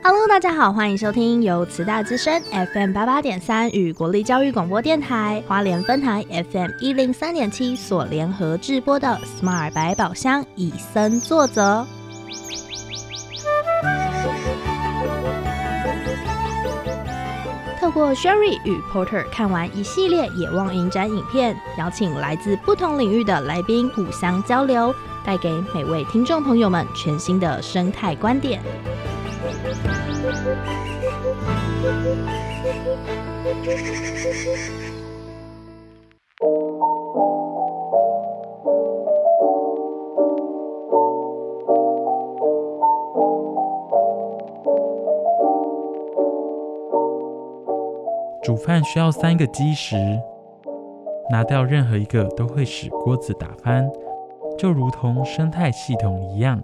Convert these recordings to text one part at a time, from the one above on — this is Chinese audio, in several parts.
Hello， 大家好，欢迎收听由慈大之声 FM 88.3与国立教育广播电台花莲分台 FM 103.7所联合制播的 Smart 百宝箱，以身作则。透过 Sherry 与 Porter 看完一系列野望影展影片，邀请来自不同领域的来宾互相交流，带给每位听众朋友们全新的生态观点。 煮饭需要3个基石，拿掉任何一个都会使锅子打翻，就如同生态系统一样。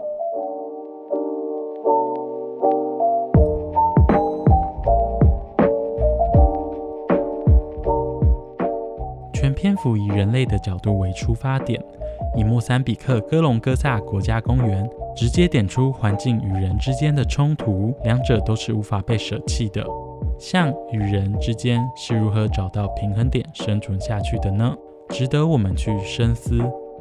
全篇幅以人类的角度为出发点，以莫桑比克哥隆哥萨国家公园直接点出环境与人之间的冲突，两者都是无法被舍弃的。像与人之间是如何找到平衡点生存下去的呢？值得我们去深思。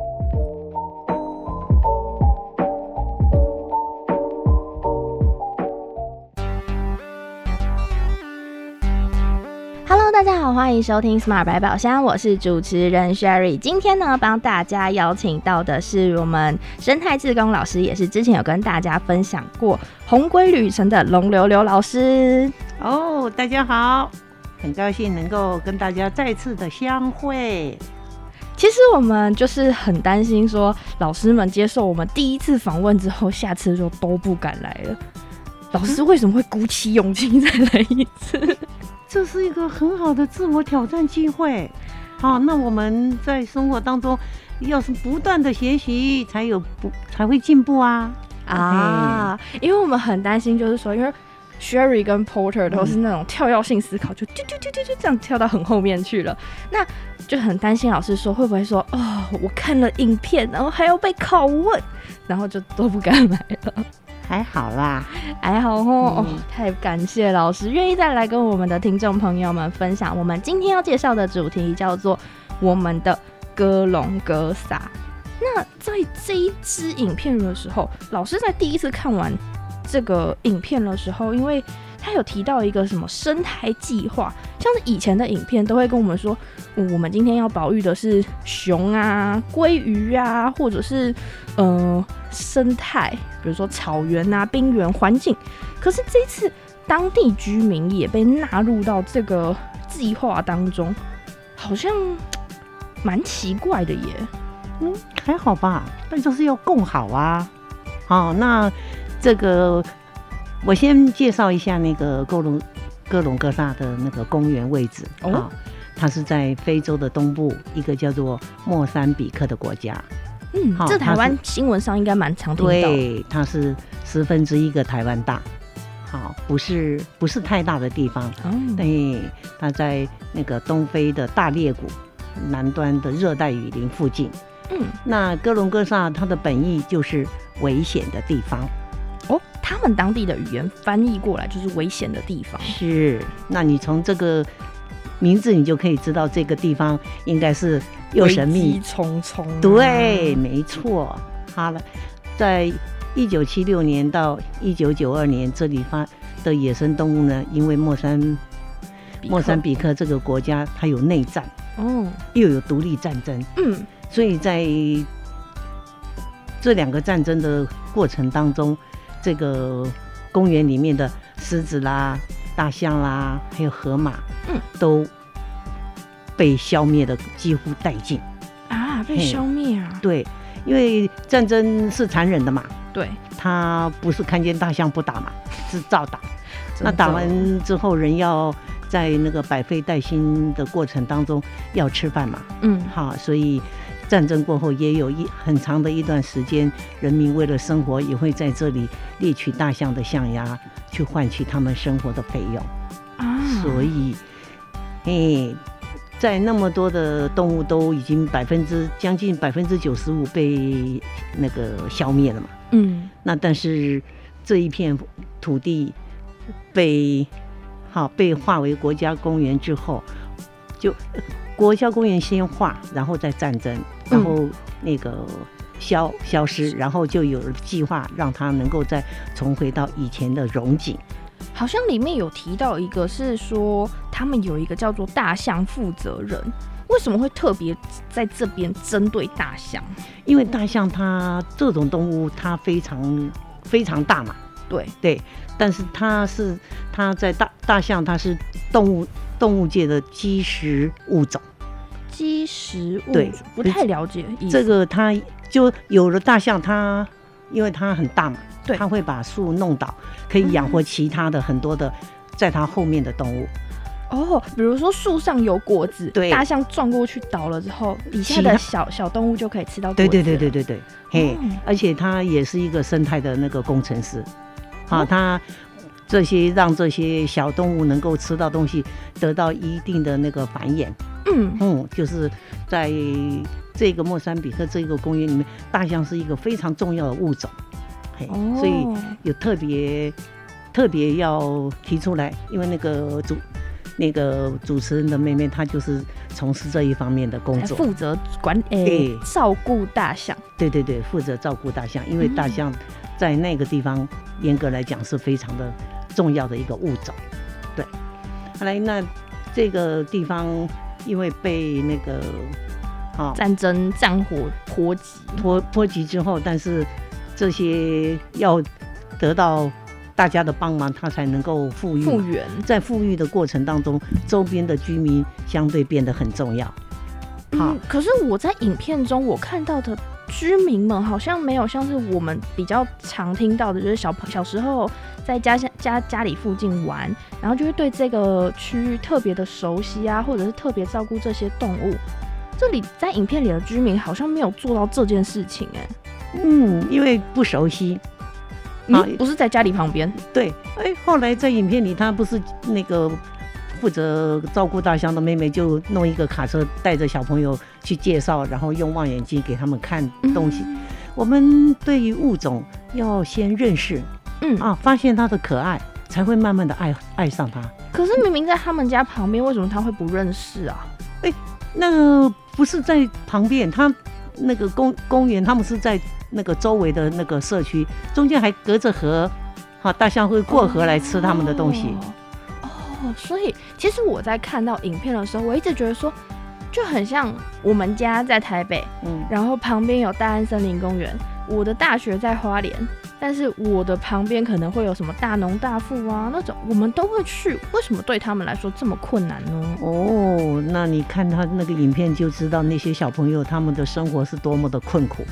大家好，欢迎收听 Smart 百宝箱，我是主持人 Sherry。今天呢，帮大家邀请到的是我们生态志工老师，也是之前有跟大家分享过红龟旅程的龙溜溜老师。 大家好，很高兴能够跟大家再次的相会。 其实我们就是很担心说，老师们接受我们第一次访问之后，下次就都不敢来了。老师为什么会鼓起勇气再来一次？ 这是一个很好的自我挑战机会。好，那我们在生活当中要是不断的学习，才会进步啊！ 因为我们很担心，就是说，因为 Sherry 跟 Porter 都是那种跳跃性思考，就这样跳到很后面去了，那就很担心老师说会不会说我看了影片，然后还要被拷问，然后就都不敢来了。 还好啦， 还好哦，太感谢老师愿意再来跟我们的听众朋友们分享。我们今天要介绍的主题叫做我们的哥隆哥萨。那在这一支影片的时候，老师在第一次看完这个影片的时候，因为他有提到一个什么生态计划，像是以前的影片都会跟我们说，我们今天要保育的是熊啊、鲑鱼啊，或者是生态，比如说草原啊、冰原环境。可是这次当地居民也被纳入到这个计划当中，好像蛮奇怪的耶。 还好吧，那就是要共好啊。好，那这个我先介绍一下那个哥隆哥萨的那个公园位置它是在非洲的东部一个叫做莫桑比克的国家。 这台湾新闻上应该蛮常听到的。 对，它是1/10个台湾大。好，不是太大的地方。对，它在那个东非的大裂谷南端的热带雨林附近。那哥隆哥萨它的本意就是危险的地方。 他们当地的语言翻译过来就是危险的地方。是， 那你从这个名字你就可以知道这个地方应该是又神秘危机重重。 对，没错。好了，在1976年到1992年这里的野生动物呢，因为莫桑比克这个国家它有内战，又有独立战争，所以在这2个战争的过程当中，这个公园里面的狮子啦、大象啦，还有河马，都被消灭的几乎殆尽啊！被消灭啊？ 对，因为战争是残忍的嘛。 对， 他不是看见大象不打嘛，是照打。那打完之后，人要在那个百废待兴的过程当中要吃饭嘛。好，所以战争过后也有很长的一段时间，人民为了生活也会在这里猎取大象的象牙，去换取他们生活的费用所以在那么多的动物都已经将近95%被那个消灭了嘛。那但是这一片土地被划为国家公园之后，就国家公园先划，然后再战争，然后那个消失，然后就有了计划让它能够再重回到以前的荣景。 好像里面有提到一个是说，他们有一个叫做大象负责人，为什么会特别在这边针对大象？ 因为大象它这种动物它非常大嘛，对，但是它在大象它是动物界的基石物种。 基石物种， 对， 不太了解意思。 这个它就有了大象，它因为它很大嘛， 对， 它会把树弄倒，可以养活其他的很多的在它后面的动物。 比如说树上有果子， 对， 大象撞过去倒了之后，底下的小动物就可以吃到果子。 对，嘿，而且它也是一个生态的那个工程师，它让这些小动物能够吃到东西，得到一定的那个繁衍。就是在这个莫桑比克这个公园里面，大象是一个非常重要的物种，所以有特别要提出来，因为那个主持人的妹妹，她就是从事这一方面的工作， 负责照顾大象。 对，负责照顾大象，因为大象在那个地方严格来讲是非常的重要的一个物种。对，后来那这个地方因为被那个战争战火波及之后，但是这些要得到大家的帮忙，它才能够复原。在复育的过程当中，周边的居民相对变得很重要。 可是我在影片中我看到的居民们好像没有像是我们比较常听到的，就是小时候在家里附近玩，然后就会对这个区域特别的熟悉啊，或者是特别照顾这些动物。这里在影片里的居民好像没有做到这件事情。 因为不熟悉。 不是在家里旁边。 对，后来在影片里，他不是那个负责照顾大象的妹妹，就弄一个卡车带着小朋友去介绍，然后用望远镜给他们看东西。我们对于物种要先认识，发现它的可爱，才会慢慢的爱上它。 可是明明在他们家旁边，为什么他会不认识啊？ 那不是在旁边，他那个公园，他们是在那个周围的那个社区，中间还隔着河，大象会过河来吃他们的东西。 所以其实我在看到影片的时候，我一直觉得说，就很像我们家在台北，然后旁边有大安森林公园，我的大学在花莲，但是我的旁边可能会有什么大农大富啊那种，我们都会去，为什么对他们来说这么困难呢？ 那你看他那个影片就知道那些小朋友他们的生活是多么的困苦。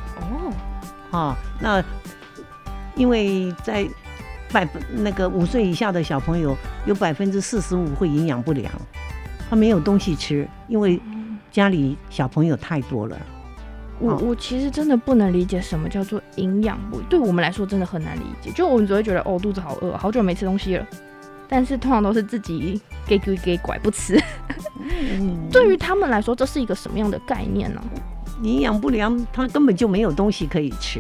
那因为在那个5岁以下的小朋友有45%会营养不良，他没有东西吃，因为家里小朋友太多了。 我其实真的不能理解什么叫做营养不，对我们来说真的很难理解。就我们只会觉得肚子好饿，好久没吃东西了，但是通常都是自己给拐不吃。对于他们来说，这是一个什么样的概念呢？ 营养不良，他根本就没有东西可以吃。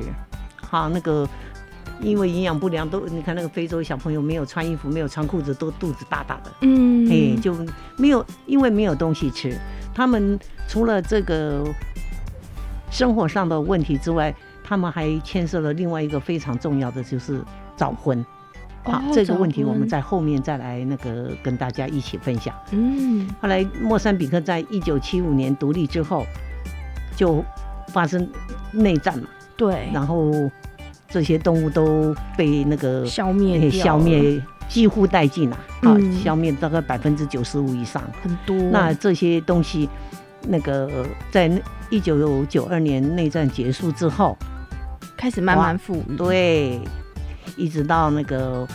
因为营养不良，你看那个非洲小朋友没有穿衣服，没有穿裤子，都肚子大大的。就没有，因为没有东西吃。他们除了这个生活上的问题之外，他们还牵涉了另外一个非常重要的，就是早婚。这个问题我们在后面再来那个跟大家一起分享。后来莫桑比克在1975年独立之后，就发生内战嘛。 对， 然后这些动物都被那个消灭， 几乎殆尽了。消灭大概95%以上， 很多。 那这些东西，那个在1992年内战结束之后， 开始慢慢复育。 对，一直到那个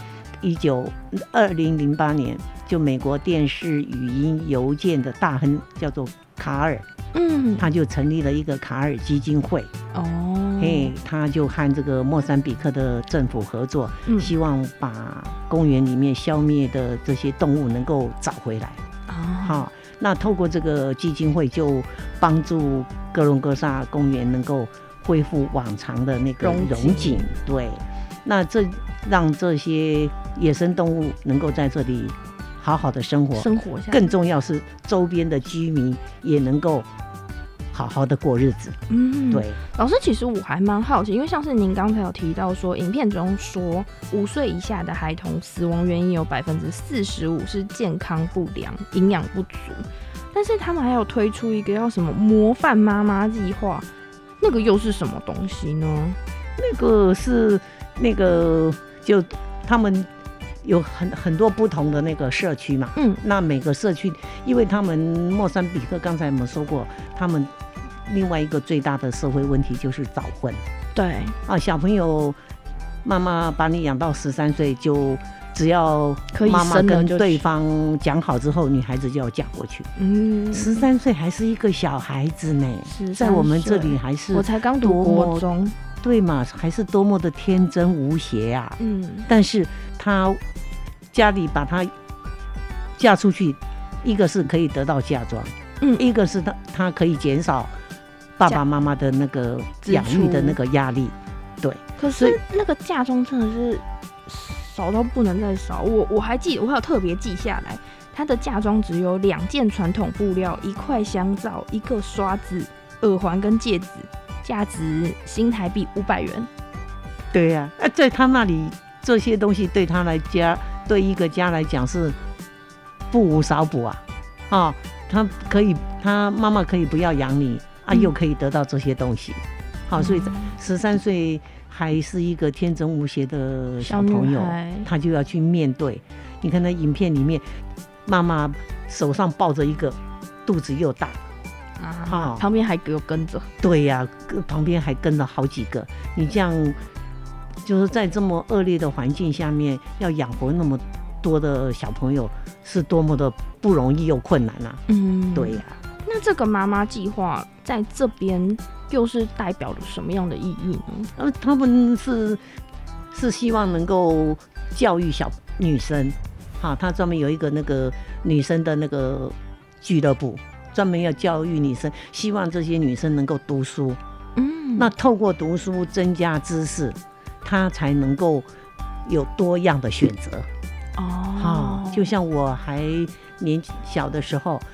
2008年，就美国电视语音邮件的大亨叫做卡尔，他就成立了一个卡尔基金会。他就和这个莫桑比克的政府合作，希望把公园里面消灭的这些动物能够找回来。那透过这个基金会，就帮助哥伦哥萨公园能够恢复往常的那个荣景。对，那让这些野生动物能够在这里好好的生活下去，更重要是周边的居民也能够好好的过日子。对。 老师，其实我还蛮好奇，因为像是您刚才有提到说，影片中说5岁以下的孩童死亡原因有45%是健康不良、营养不足，但是他们还有推出一个叫什么模范妈妈计划，那个又是什么东西呢？ 那个是那个就他们有很多不同的那个社区嘛，那每个社区，因为他们莫桑比克刚才我们说过，他们另外一个最大的社会问题就是早婚。 对啊，小朋友妈妈把你养到13岁，就只要妈妈跟对方讲好之后，女孩子就要嫁过去。13岁还是一个小孩子呢，在我们这里还是我才刚读国中， 对嘛，还是多么的天真无邪啊！但是她家里把她嫁出去，一个是可以得到嫁妆，一个是她可以减少爸爸妈妈的那个养育的那个压力。对， 可是那个嫁妆真的是少到不能再少。我还记得，我还有特别记下来，她的嫁妆只有2件传统布料、1块香皂、1个刷子、耳环跟戒指，价值新台币500元。 对呀，在他那里这些东西对他来讲，对一个家来讲是不无少补啊！他妈妈可以不要养你啊，又可以得到这些东西。好，所以13岁还是一个天真无邪的小朋友，他就要去面对。你看那影片里面，妈妈手上抱着一个肚子又大。 旁边还有跟着， 对呀，旁边还跟了好几个。你这样就是在这么恶劣的环境下面，要养活那么多的小朋友，是多么的不容易又困难啊！对呀。 那这个妈妈计划在这边又是代表了什么样的意义呢？ 他们是希望能够教育小女生，他专门有一个那个女生的那个俱乐部。专门要教育女生，希望这些女生能够读书。那透过读书增加知识，她才能够有多样的选择。就像我还年小的时候，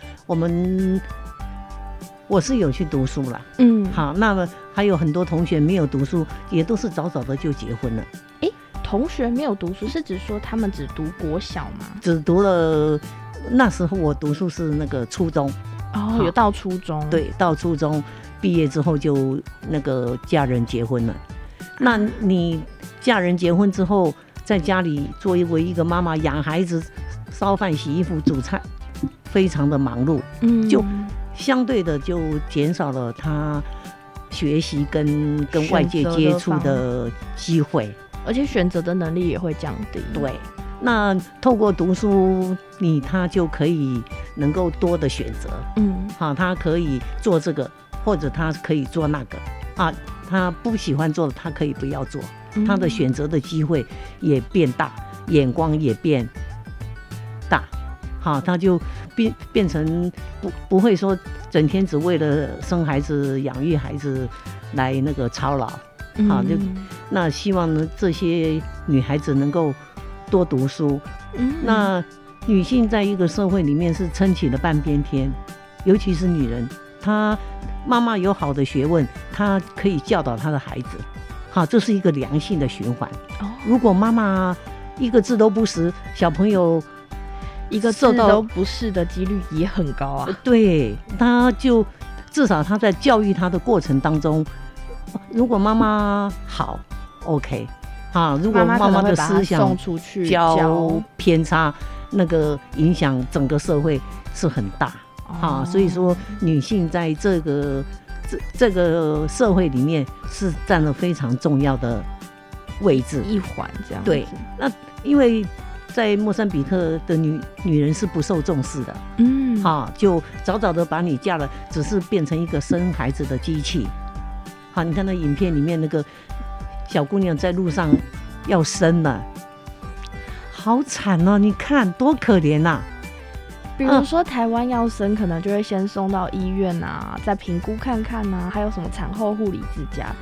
我是有去读书啦。好，那么还有很多同学没有读书，也都是早早的就结婚了。 同学没有读书是指说他们只读国小吗？ 只读了，那时候我读书是那个初中。 有到初中， 对，到初中毕业之后就那个嫁人结婚了。那你嫁人结婚之后，在家里作为一个妈妈养孩子、烧饭、洗衣服、煮菜，非常的忙碌，就相对的就减少了她学习跟外界接触的机会， 而且选择的能力也会降低。 对。那透过读书，他就可以能够多的选择，他可以做这个，或者他可以做那个他不喜欢做的，他可以不要做，他的选择的机会也变大，眼光也变大，他就变成不会说整天只为了生孩子、养育孩子来那个操劳，就那希望呢，这些女孩子能够多读书。那女性在一个社会里面是撑起了半边天，尤其是女人，她妈妈有好的学问，她可以教导她的孩子，这是一个良性的循环。如果妈妈一个字都不识，小朋友一个字都不是的几率也很高啊。 对，她就至少她在教育她的过程当中，如果妈妈好 OK，如果妈妈的思想教偏差，那个影响整个社会是很大。所以说女性在这个社会里面是占了非常重要的位置一环这样子。 对，那因为在莫桑比克的女人是不受重视的，就早早的把你嫁了，只是变成一个生孩子的机器。你看那影片里面那个小姑娘在路上要生了，好惨哦！你看多可怜啊。 比如说台湾要生，可能就会先送到医院啊，再评估看看啊，还有什么产后护理之家。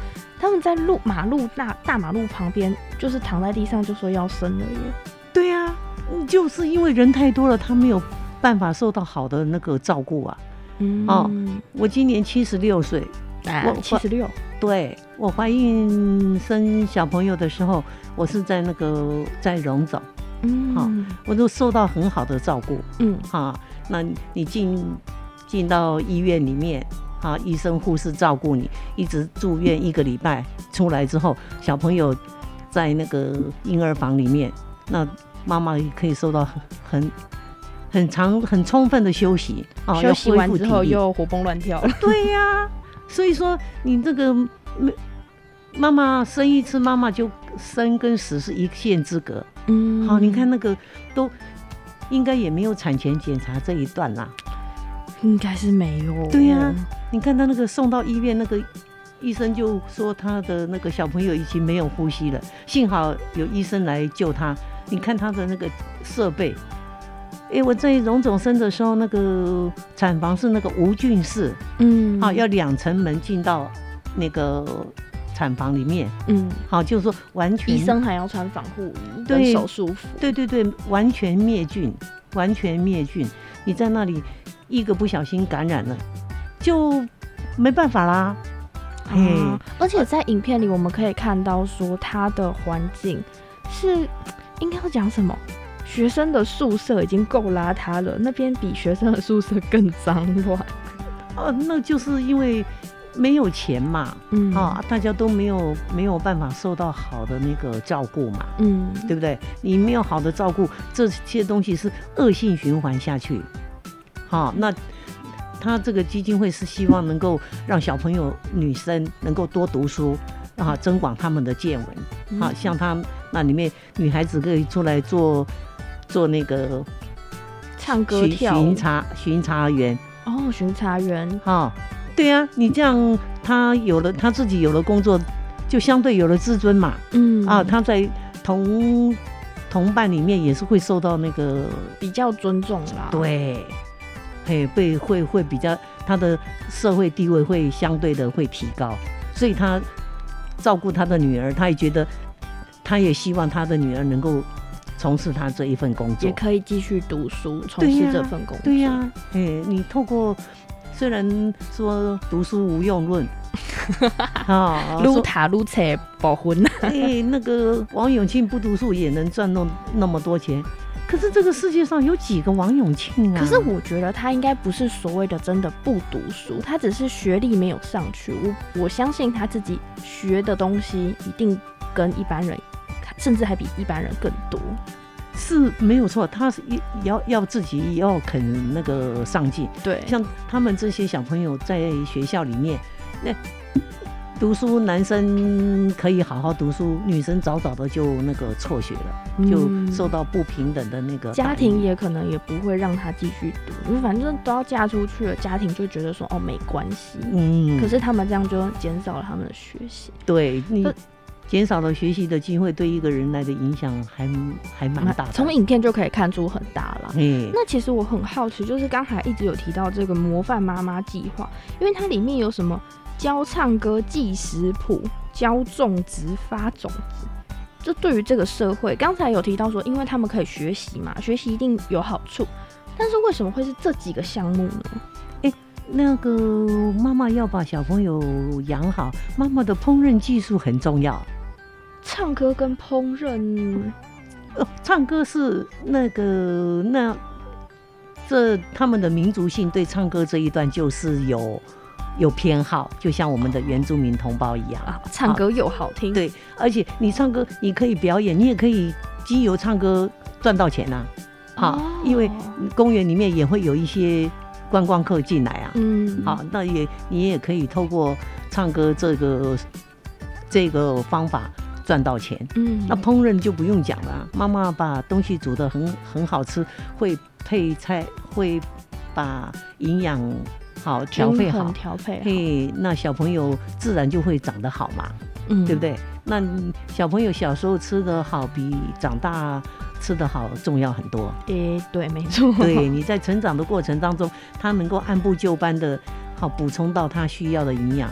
他们在大马路旁边，就是躺在地上就说要生了耶。 对啊，就是因为人太多了，他没有办法受到好的那个照顾啊。我今年76岁 ，76。 对，我怀孕生小朋友的时候，我是在在荣总，我都受到很好的照顾，那你进到医院里面，医生护士照顾你，一直住院1个礼拜，出来之后，小朋友在那个婴儿房里面，那妈妈也可以受到很充分的休息， 休息完之后又活蹦乱跳。 对呀，所以说你这个妈妈生一次，妈妈就生跟死是一线之隔。好，你看那个都应该也没有产前检查这一段啦， 应该是没有。 对呀，你看他那个送到医院，那个医生就说他的那个小朋友已经没有呼吸了，幸好有医生来救他。你看他的那个设备。我在荣总生的时候，那个产房是那个无菌室，要2层门进到那个产房里面，就是说完全医生还要穿防护衣跟手术服， 对，完全灭菌，你在那里一个不小心感染了，就没办法啦。 而且在影片里我们可以看到说，它的环境是应该要讲什么？学生的宿舍已经够邋遢了，那边比学生的宿舍更脏乱。 那就是因为没有钱嘛，大家都没有办法受到好的那个照顾嘛，对不对？你没有好的照顾，这些东西是恶性循环下去。那他这个基金会是希望能够让小朋友、女生能够多读书，增广他们的见闻。像他那里面女孩子可以出来做那个唱歌跳舞巡查员。 巡查员。 对啊，你这样他自己有了工作，就相对有了自尊嘛。他在同伴里面也是会受到那个比较尊重啦。 对，会比较，他的社会地位会相对的会提高，所以他照顾他的女儿，他也觉得，他也希望他的女儿能够从事他这一份工作， 也可以继续读书，从事这份工作。 对呀，你透过虽然说读书无用论， 撸塔撸车保婚。 那个王永庆不读书也能赚那么多钱。可是这个世界上有几个王永庆啊？ 可是我觉得他应该不是所谓的真的不读书，他只是学历没有上去。我相信他自己学的东西一定跟一般人，甚至还比一般人更多。 是没有错，他是要自己要肯那个上进。 对，像他们这些小朋友在学校里面，那读书，男生可以好好读书，女生早早的就那个辍学了，就受到不平等的那个家庭也可能也不会让他继续读，因为反正都要嫁出去了，家庭就觉得说没关系。可是他们这样就减少了他们的学习。 对，你减少了学习的机会，对一个人来的影响还蛮大的。 从影片就可以看出很大啦。那其实我很好奇，就是刚才一直有提到这个模范妈妈计划，因为它里面有什么教唱歌、记食谱、教种植、发种子。这对于这个社会，刚才有提到说，因为他们可以学习嘛，学习一定有好处。但是为什么会是这几个项目呢？ 那个妈妈要把小朋友养好，妈妈的烹饪技术很重要。 唱歌跟烹饪， 唱歌是这他们的民族性对唱歌这一段就是有偏好，就像我们的原住民同胞一样唱歌又好听。 对，而且你唱歌，你可以表演，你也可以藉由唱歌赚到钱因为公园里面也会有一些观光客进来那你也可以透过唱歌这个方法赚到钱。那烹饪就不用讲了，妈妈把东西煮得很好吃，会配菜，会把营养好调配好，那小朋友自然就会长得好嘛，对不对？那小朋友小时候吃得好，比长大吃得好重要很多。 对，没错。 对，你在成长的过程当中，他能够按部就班的补充到他需要的营养，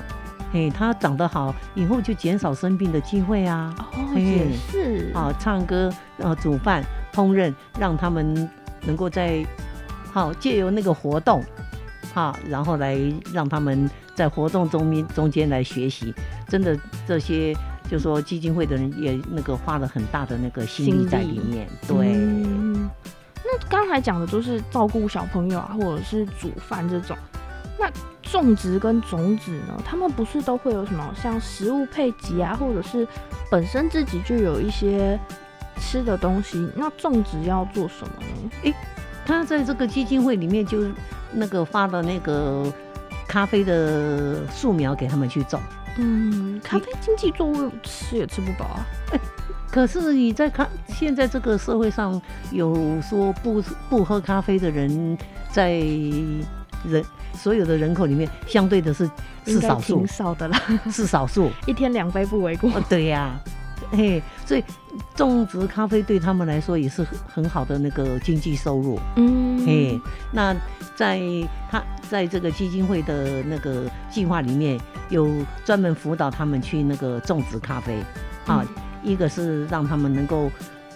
它长得好，以后就减少生病的机会啊。 也是。 唱歌、煮饭、烹饪，让他们能够在借由那个活动，然后来让他们在活动中间来学习。真的，这些就说基金会的人也那个花了很大的那个心力在里面。对。 那刚才讲的都是照顾小朋友啊，或者是煮饭这种。那种植跟种子呢？他们不是都会有什么像食物配给啊，或者是本身自己就有一些吃的东西？那种植要做什么呢？ 他在这个基金会里面就那个发的那个咖啡的树苗给他们去种。 咖啡经济作物吃也吃不饱啊。 可是你在现在这个社会上有说不喝咖啡的人，在所有的人口里面，相对的是少数， 挺少的啦， 是少数， 一天2杯不为过。 对呀，所以种植咖啡对他们来说也是很好的那个经济收入。那在这个基金会的那个计划里面，有专门辅导他们去那个种植咖啡。一个是让他们能够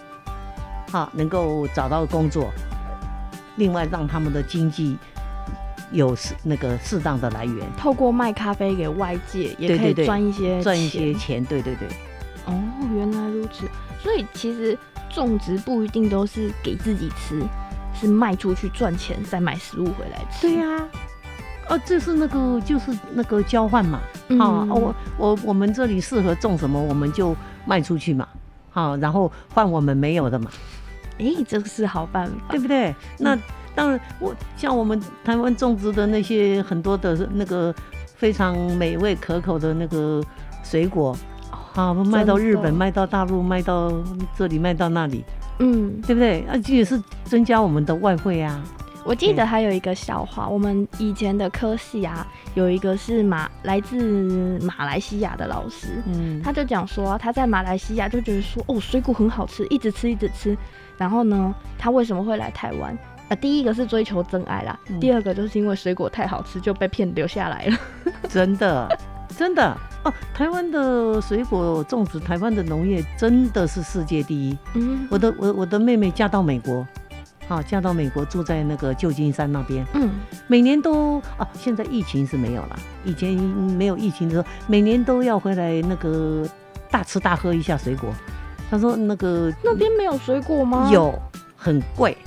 找到工作，另外让他们的经济有那个适当的来源， 透过卖咖啡给外界也可以赚一些钱。对。 原来如此。所以其实种植不一定都是给自己吃，是卖出去赚钱，再买食物回来吃。 对呀。这是就是那个交换嘛。我们这里适合种什么，我们就卖出去嘛。然后换我们没有的嘛。 这是好办法， 对不对？那当然，像我们台湾种植的那些很多的那个非常美味可口的那个水果，卖到日本，卖到大陆，卖到这里，卖到那里，对不对？这也是增加我们的外汇啊。 我记得还有一个笑话，我们以前的科系啊，有一个是来自马来西亚的老师，他就讲说他在马来西亚就觉得说水果很好吃，一直吃，然后呢，他为什么会来台湾？第一个是追求真爱啦，第二个就是因为水果太好吃就被骗留下来了。真的台湾的水果种植，台湾的农业真的是世界第一。我的妹妹嫁到美国。住在那个旧金山那边。每年都现在疫情是没有了，以前没有疫情的时候，每年都要回来那个大吃大喝一下水果。他说那边没有水果吗？ 有，很贵。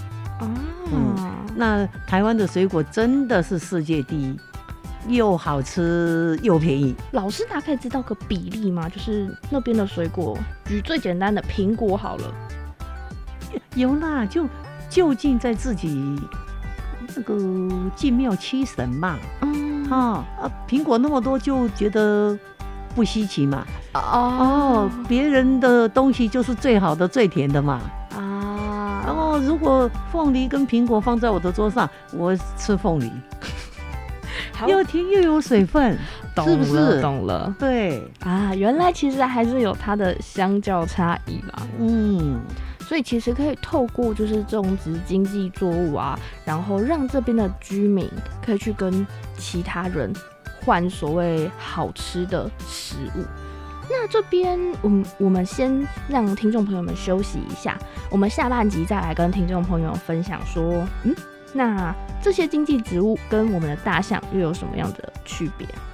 那台湾的水果真的是世界第一，又好吃又便宜。 老师大概知道个比例吗？就是那边的水果，举最简单的苹果好了。 有啦，就近在自己那个进庙七神嘛。苹果那么多，就觉得不稀奇嘛。别人的东西就是最好的、最甜的嘛。然后如果凤梨跟苹果放在我的桌上，我吃凤梨，又甜又有水分，是不是？ 懂了。 对原来其实还是有它的相较差异啦。所以其实可以透过就是种植经济作物啊，然后让这边的居民可以去跟其他人换所谓好吃的食物。那这边我们先让听众朋友们休息一下，我们下半集再来跟听众朋友分享说，那这些经济植物跟我们的大象又有什么样的区别？